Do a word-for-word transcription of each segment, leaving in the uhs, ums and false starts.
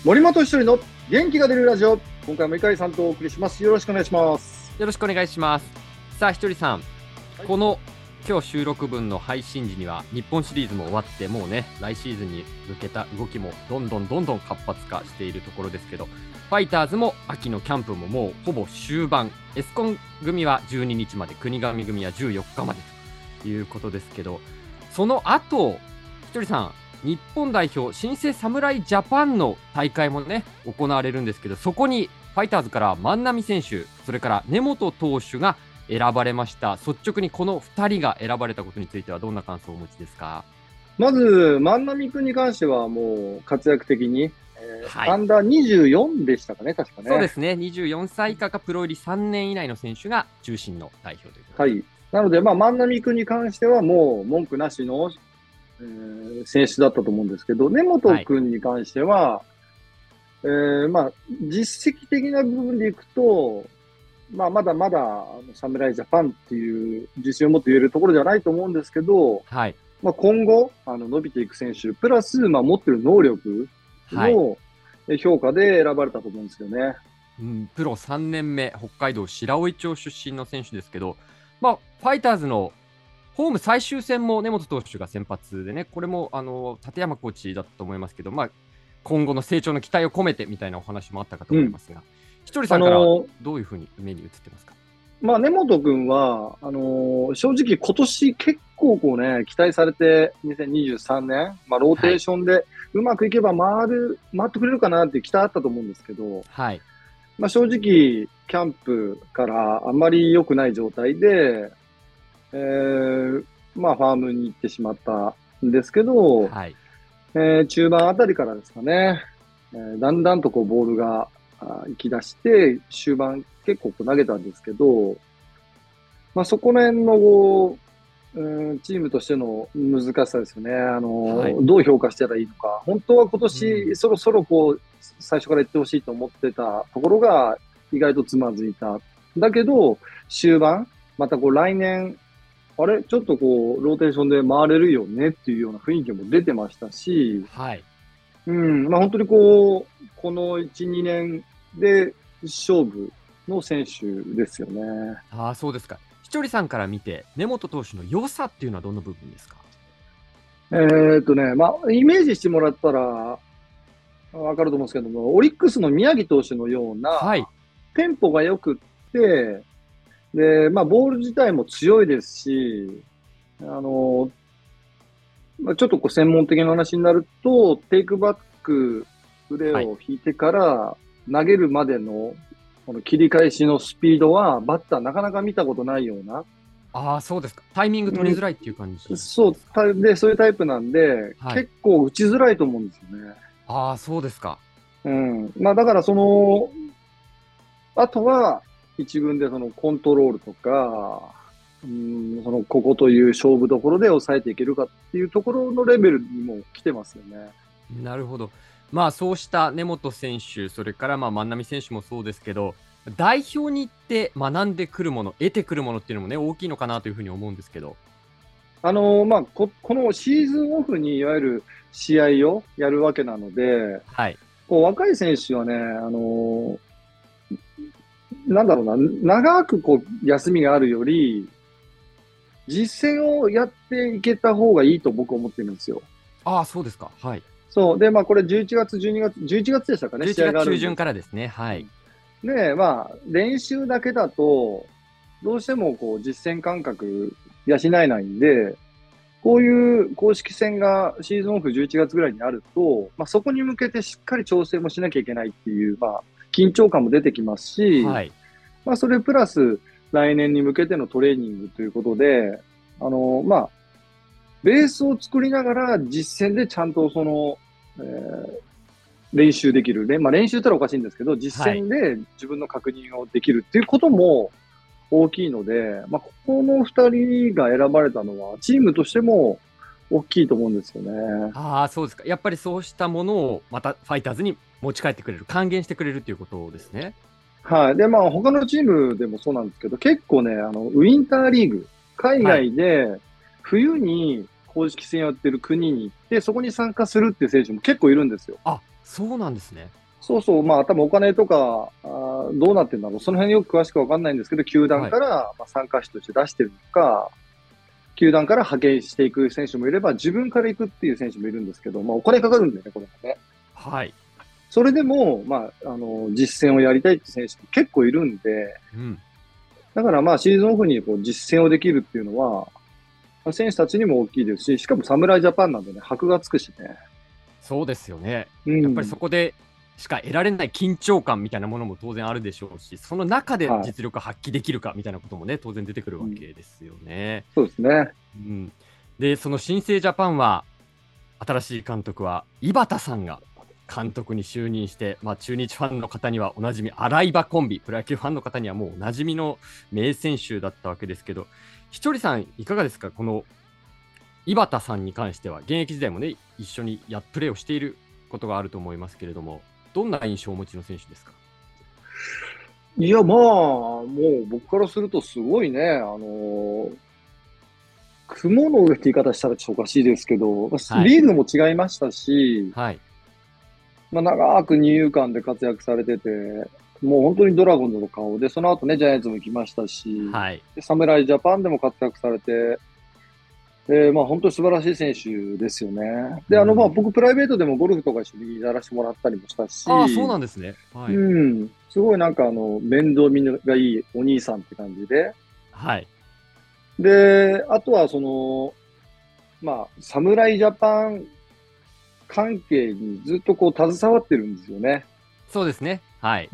森本一人の元気が出るラジオ。今回も井上さんとお送りします。よろしくお願いします。 よろしくお願いします。さあ、ひとりさん、 はい、 この今日収録分の配信時には日本シリーズも終わって、もうね、来シーズンに向けた動きもどんどんどんどん活発化しているところですけど、ファイターズも秋のキャンプももうほぼ終盤、エスコン組はじゅうににちまで、国頭組はじゅうよっかまでということですけど、その後、ひとりさん、日本代表新生侍ジャパンの大会もね行われるんですけど、そこにファイターズから万波選手、それから根本投手が選ばれました。率直にこのふたりが選ばれたことについてはどんな感想をお持ちですか？ まず、万波君に関してはもう活躍的に、えーはい、 アンダーにじゅうよんでしたかね、確かね。 そうですね、にじゅうよんさい以下かプロ入りさんねん以内の選手が中心の代表ということで。 はい。なので、まあ、万波君に関してはもう文句なしの、えー選手だったと思うんですけど、根本君に関しては、はい、えー、まあ、実績的な部分でいくと、まあ、まだまだ侍ジャパンっていう自信を持って言えるところじゃないと思うんですけど、 はい、 まあ、今後あの伸びていく選手、プラス、まあ、持ってる能力の評価で選ばれたと思うんですよね。はい、 うん、プロさんねんめ、北海道白老町出身の選手ですけど、まあ、ファイターズのホーム最終戦も根本投手が先発でね、これもあの立山コーチだったと思いますけど、まあ、今後の成長の期待を込めてみたいなお話もあったかと思いますが、うん、ひとりさんからどういうふうに目に映ってますか？ まあ、根本君はあのー、正直今年結構こうね、期待されてにせんにじゅうさんねん、まあ、ローテーションでうまくいけば回る、回ってくれるかなっていう期待あったと思うんですけど、 はい、 まあ、正直キャンプからあんまり良くない状態で、えー、まあ、ファームに行ってしまったんですけど、 はい、 えー、中盤あたりからですかね、えー、だんだんとこうボールが行き出して、終盤結構こう投げたんですけど、まあ、そこら辺のこう、うん、チームとしての難しさですよね。あの、はい、どう評価したらいいのか。本当は今年そろそろこう、最初から言ってほしいと思ってたところが意外とつまずいた。だけど、終盤、またこう来年、あれちょっとこう、ローテーションで回れるよねっていうような雰囲気も出てましたし、 はい。 うん、まあ本当にこう、このいち、にねんで勝負の選手ですよね。 ああ、そうですか。ひとりさんから見て、根本投手の良さっていうのはどの部分ですか？ えーっとね、まあ、イメージしてもらったらわかると思うんですけども、オリックスの宮城投手のような、 はい、 テンポが良くって、で、まあ、ボール自体も強いですし、あの、まあ、ちょっとこう専門的な話になると、テイクバック、腕を引いてから投げるまでの、この切り返しのスピードは、バッターなかなか見たことないような。 ああ、そうですか。タイミング取りづらいっていう感じ、 うん、そうで、そういうタイプなんで、はい、結構打ちづらいと思うんですよね。 ああ、そうですか。 うん。まあ、だからその、あとは、一軍でそのコントロールとか、うん、その、ここという勝負どころで抑えていけるかっていうところのレベルにも来てますよね。 なるほど。まあ、そうした根本選手、それからまあ万波選手もそうですけど、代表に行って学んでくるもの、得てくるものっていうのもね、大きいのかなというふうに思うんですけど。 あのー、まあこ、このシーズンオフにいわゆる試合をやるわけなので、 はい。 こう若い選手はね、あのー、なんだろうな、長くこう休みがあるより、実践をやっていけた方がいいと僕は思ってるんですよ。 ああ、そうですか。はい。 そう。で、まあこれじゅういちがつ、じゅうにがつ、じゅういちがつでしたかね、 試合がある。じゅういちがつ中旬からですね。はい。 で、まあ練習だけだと、どうしてもこう実践感覚養えないんで、こういう公式戦がシーズンオフじゅういちがつぐらいにあると、まあそこに向けてしっかり調整もしなきゃいけないっていう、まあ緊張感も出てきますし、はい、まあそれプラス来年に向けてのトレーニングということで、あの、まあ、ベースを作りながら実践でちゃんとその、えー、練習できる。まあ練習ってのはおかしいんですけど、実践で自分の確認をできるっていうことも大きいので、まあここの二人が選ばれたのはチームとしても大きいと思うんですよね。 ああ、そうですか。やっぱりそうしたものをまたファイターズに持ち帰ってくれる、還元してくれるっていうことですね。 はい。で、まあ他のチームでもそうなんですけど、結構ね、あの、ウィンターリーグ、海外で冬に公式戦やってる国に行って、そこに参加するっていう選手も結構いるんですよ。 あ、 そうなんですね。 そうそう、まあ、多分お金とか、あーどうなってるんだろう。その辺よく詳しくわかんないんですけど、球団はい。 からまあ参加費として出してるのか、球団から派遣していく選手もいれば、自分から行くっていう選手もいるんですけど、まあ、お金かかるんだよね、これもね。 はい。 それでも、まあ、あの、実践をやりたいって選手も結構いるんで、 うん。 だからまあ、シーズンオフにこう実践をできるっていうのは、まあ選手たちにも大きいですし、しかも侍ジャパンなんでね、箔がつくしね。 そうですよね。やっぱりうん。 そこでしか得られない緊張感みたいなものも当然あるでしょうし、その中ではい。 実力を発揮できるかみたいなこともね、当然出てくるわうん、 けですよね。 そうですね。 うん。で、その新生ジャパンは、新しい監督は井端さんが監督に就任して、まあ、中日ファンの方にはおなじみ、洗い場コンビ、プロ野球ファンの方にはもうおなじみの名選手だったわけですけど、ひとりさん、いかがですか、この井端さんに関しては、現役時代もね、一緒にやプレーをしていることがあると思いますけれども、どんな印象をお持ちの選手ですか？ いや、まあ、もう僕からするとすごいね、あの、雲の上って言い方したらちょっとおかしいですけど、 はい。 リーグも違いましたし、 はい。 まあ、長く二遊間で活躍されてて、もう本当にドラゴンズの顔で、その後ね、ジャイアンツも来ましたし、 はい。 で侍ジャパンでも活躍されて、で、まあ本当に素晴らしい選手ですよね。で、あの、まあうん。 僕プライベートでもゴルフとか一緒にやらせてもらったりもしたああ、そうし、 なんですね。はい。 うん、すごいなんかあの、面倒見がいいお兄さんって感じで、 はい。 で、あとはその、まあ、侍ジャパン関係にずっとこう携わってるんですよね。 そうですね。はい。 うん。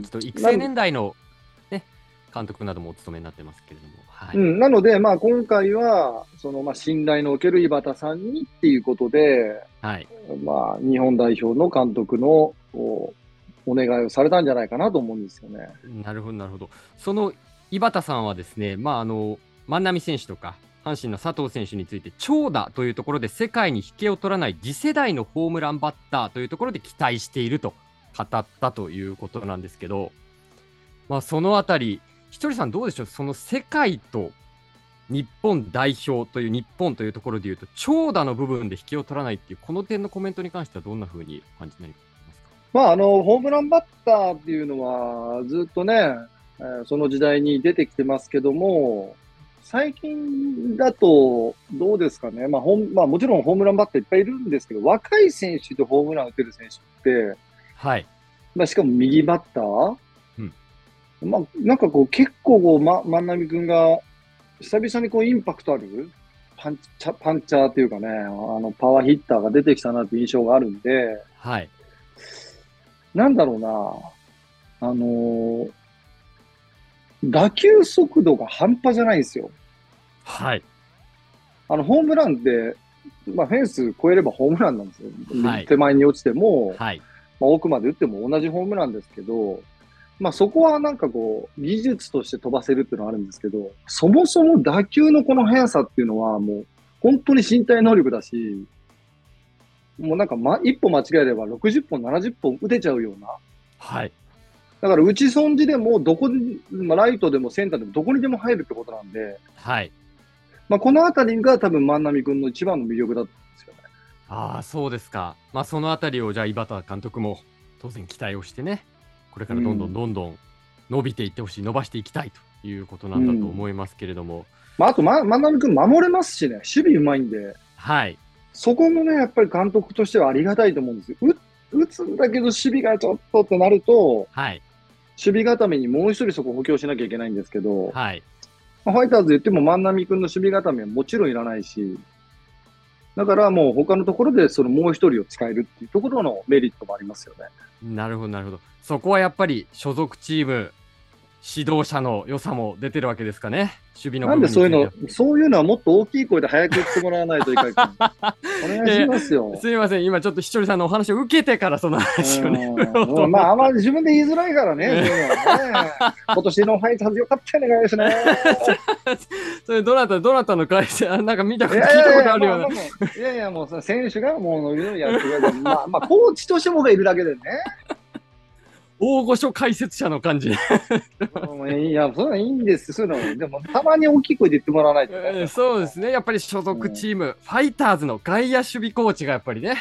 コーチと育成なん年代のね、監督などもお務めになってますけれども、はい。 うん、なので、まあ、今回は、その、まあ、信頼のおける井端さんにっていうことで、 はい。 まあ、日本代表の監督の、こうお願いをされたんじゃないかなと思うんですよね。 なるほど、なるほど。その井端さんはですね、まあ、あの、万波選手とか、阪神の佐藤選手について、長打というところで世界に引けを取らない次世代のホームランバッターというところで期待していると語ったということなんですけど、まあ、そのあたり、ひとりさんどうでしょう、その世界と日本代表という日本というところでいうと、長打の部分で引けを取らないっていう、この点のコメントに関してはどんな風にお感じになりますか？ まあ、あの、ホームランバッターっていうのは、ずっとね、えーその時代に出てきてますけども、最近だと、どうですかね。まあ、ほん、まあ、もちろんホームランバッターいっぱいいるんですけど、若い選手でホームラン打てる選手って、 はい。 まあ、しかも右バッターうん。 まあ、なんかこう、結構こう、ま、万波くんが、久々にこう、インパクトあるパンチャ、パンチャーっていうかね、あの、パワーヒッターが出てきたなっていう印象があるんで、 はい。 なんだろうな、あのー打球速度が半端じゃないんですよ。 はい。 あの、ホームランって、まあ、フェンス越えればホームランなんですよ。 はい。 手前に落ちても、 はい。 まあ、奥まで打っても同じホームランですけど、まあ、そこはなんかこう、技術として飛ばせるっていうのはあるんですけど、そもそも打球のこの速さっていうのはもう、本当に身体能力だし、もうなんか、ま、一歩間違えればろくじゅっぽん、ななじゅっぽん打てちゃうような。 はい。 だから打ち損じでも、どこに、まあ、ライトでもセンターでもどこにでも入るってことなんで、 はい。 まあ、このあたりが多分万波君の一番の魅力だったんですよね。 ああ、そうですか。まあ、そのあたりをじゃあ井端監督も当然期待をしてね、これからどんどんうん。 どんどん伸びていってほしい、伸ばしていきたいということなんだとうん。 思いますけれども、 まあ、あと、ま、万波君守れますしね、守備うまいんで、 はい。 そこもね、やっぱり監督としてはありがたいと思うんですよ。う打つんだけど守備がちょっとってなると、 はい。 守備固めにもう一人そこ補強しなきゃいけないんですけど、 はい。 まあファイターズ言っても万波君の守備固めはもちろんいらないし、だからもう他のところでそのもう一人を使えるっていうところのメリットもありますよね。 なるほど、なるほど。そこはやっぱり所属チーム、指導者の良さも出てるわけですかね。守備のなん部でそういうの、 分については。 そういうのはもっと大きい声で早く言ってもらわないといかん君。お願いしいやいや、 ますよ。 すみません、今ちょっとひとりさんのお話を受けてからそのう話をね、振ろうとん。まあ、あんま思った。 り自分で言いづらいからね、そういうのはね。今年のファイターズよかったよね、ですね。 それどなた、どなたの会社、なんか見たいやこと、聞いたいやいや、 ことあるような。 まあまあもう、いやいや、もうその選手がもう伸び伸びやってくれて、まあまあ、コーチとして僕がいるだけでね。 大御所解説者の感じ。 うん、いや、そういうのいいんです。そういうの、でも、たまに大きい声で言ってもらわないとね。 えーそうですね。やっぱり所属チーム、ファイターズの外野守備コーチがやっぱりね、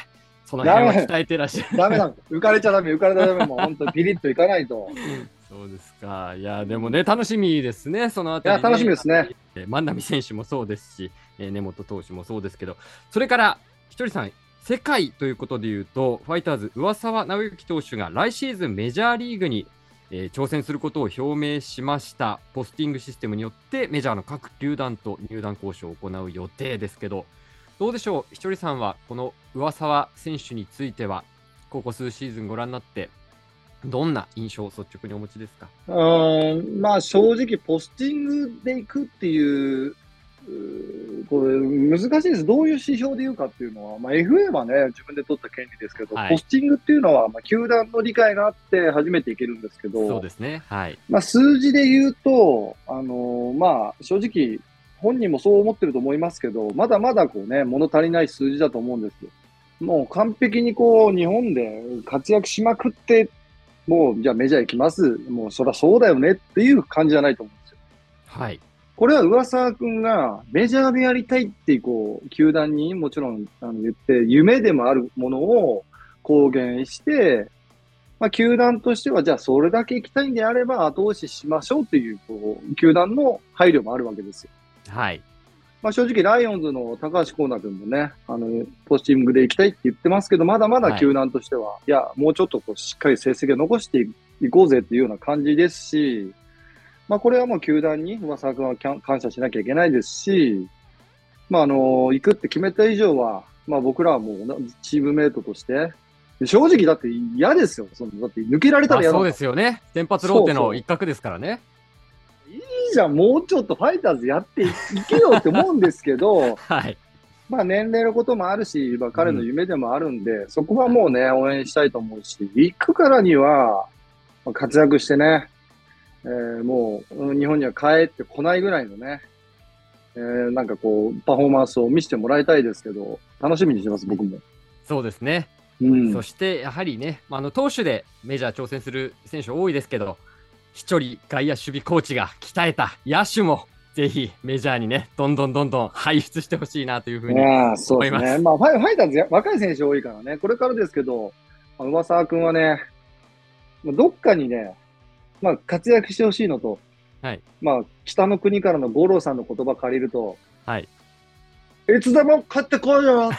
その辺は鍛えてらっしゃる。 ダメなの。浮かれちゃダメ、浮かれちゃダメ。もう本当にピリッといかないと。 そうですか。いや、でもね、楽しみですね、そのあたり、ね。 いや、楽しみですね。 万波選手もそうですし、根本投手もそうですけど、それから、ひとりさん、世界ということでいうと、ファイターズ、上沢直之投手が来シーズンメジャーリーグに、えー、挑戦することを表明しました。ポスティングシステムによってメジャーの各球団と入団交渉を行う予定ですけど、どうでしょう、ひとりさんはこの上沢選手については、ここ数シーズンご覧になって、どんな印象を率直にお持ちですか？ うーん、まあ正直、ポスティングでいくっていう、うこれ難しいです。どういう指標で言うかっていうのは、まあ、エフエー はね、自分で取った権利ですけど、 はい、 ポスティングっていうのは、まあ、球団の理解があって初めていけるんですけど、 そうですね。はい。 まあ、数字で言うと、あのーまあ、正直、本人もそう思ってると思いますけど、まだまだこうね、物足りない数字だと思うんですよ。もう完璧にこう、日本で活躍しまくって、もう、じゃあメジャー行きます。もう、そりゃそうだよねっていう感じじゃないと思うんですよ。 はい。 これは上沢君がメジャーでやりたいってこう、球団にもちろんあの言って、夢でもあるものを公言して、まあ、球団としては、じゃあそれだけ行きたいんであれば後押ししましょうっていう、こう、球団の配慮もあるわけですよ。 はい。 まあ、正直、ライオンズの高橋光成君もね、あの、ポスティングで行きたいって言ってますけど、まだまだ球団としては、はい、いや、もうちょっとこうしっかり成績を残していこうぜっていうような感じですし、まあ、これはもう球団に上沢君は感謝しなきゃいけないですし、まあ、あの、行くって決めた以上は、まあ、僕らはもうチームメイトとして、正直だって嫌ですよ。そのだって抜けられたら嫌だ、 まあ、そうですよね。先発ローテの一角ですからね。 そうそう、いいじゃん、もうちょっとファイターズやっていけよって思うんですけど、 はい。 まあ年齢のこともあるし、まあ、彼の夢でもあるんで、うん、そこはもうね、応援したいと思うし、行くからには、活躍してね、えー、もう日本には帰ってこないぐらいのね、えー、なんかこう、パフォーマンスを見せてもらいたいですけど、楽しみにしてます、僕も。 そうですね。うん、そしてやはりね、あの投手でメジャー挑戦する選手多いですけど、一人外野守備コーチが鍛えた野手もぜひメジャーにね、どんどんどんどん輩出してほしいなというふうに思います。 そうですね。まあ、ファイ、ファイターズ若い選手多いからね、これからですけど、上沢君はね、どっかにね、まあ、活躍してほしいのと、 はい、 まあ、北の国からの五郎さんの言葉借りると、 はい、 いつでも帰ってこいよと。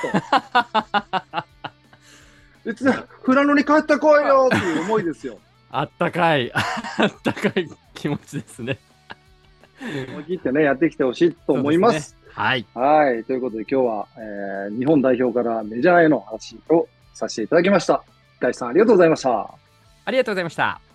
いつでも富良野に帰ってこいよっていう思いですよ。 あったかい、あったかい気持ちですね。 思い切ってね、やってきてほしいと思います。 そうですね。はい。 はい。ということで今日は、えー、日本代表からメジャーへの話をさせていただきました。大地さんありがとうございました。 ありがとうございました。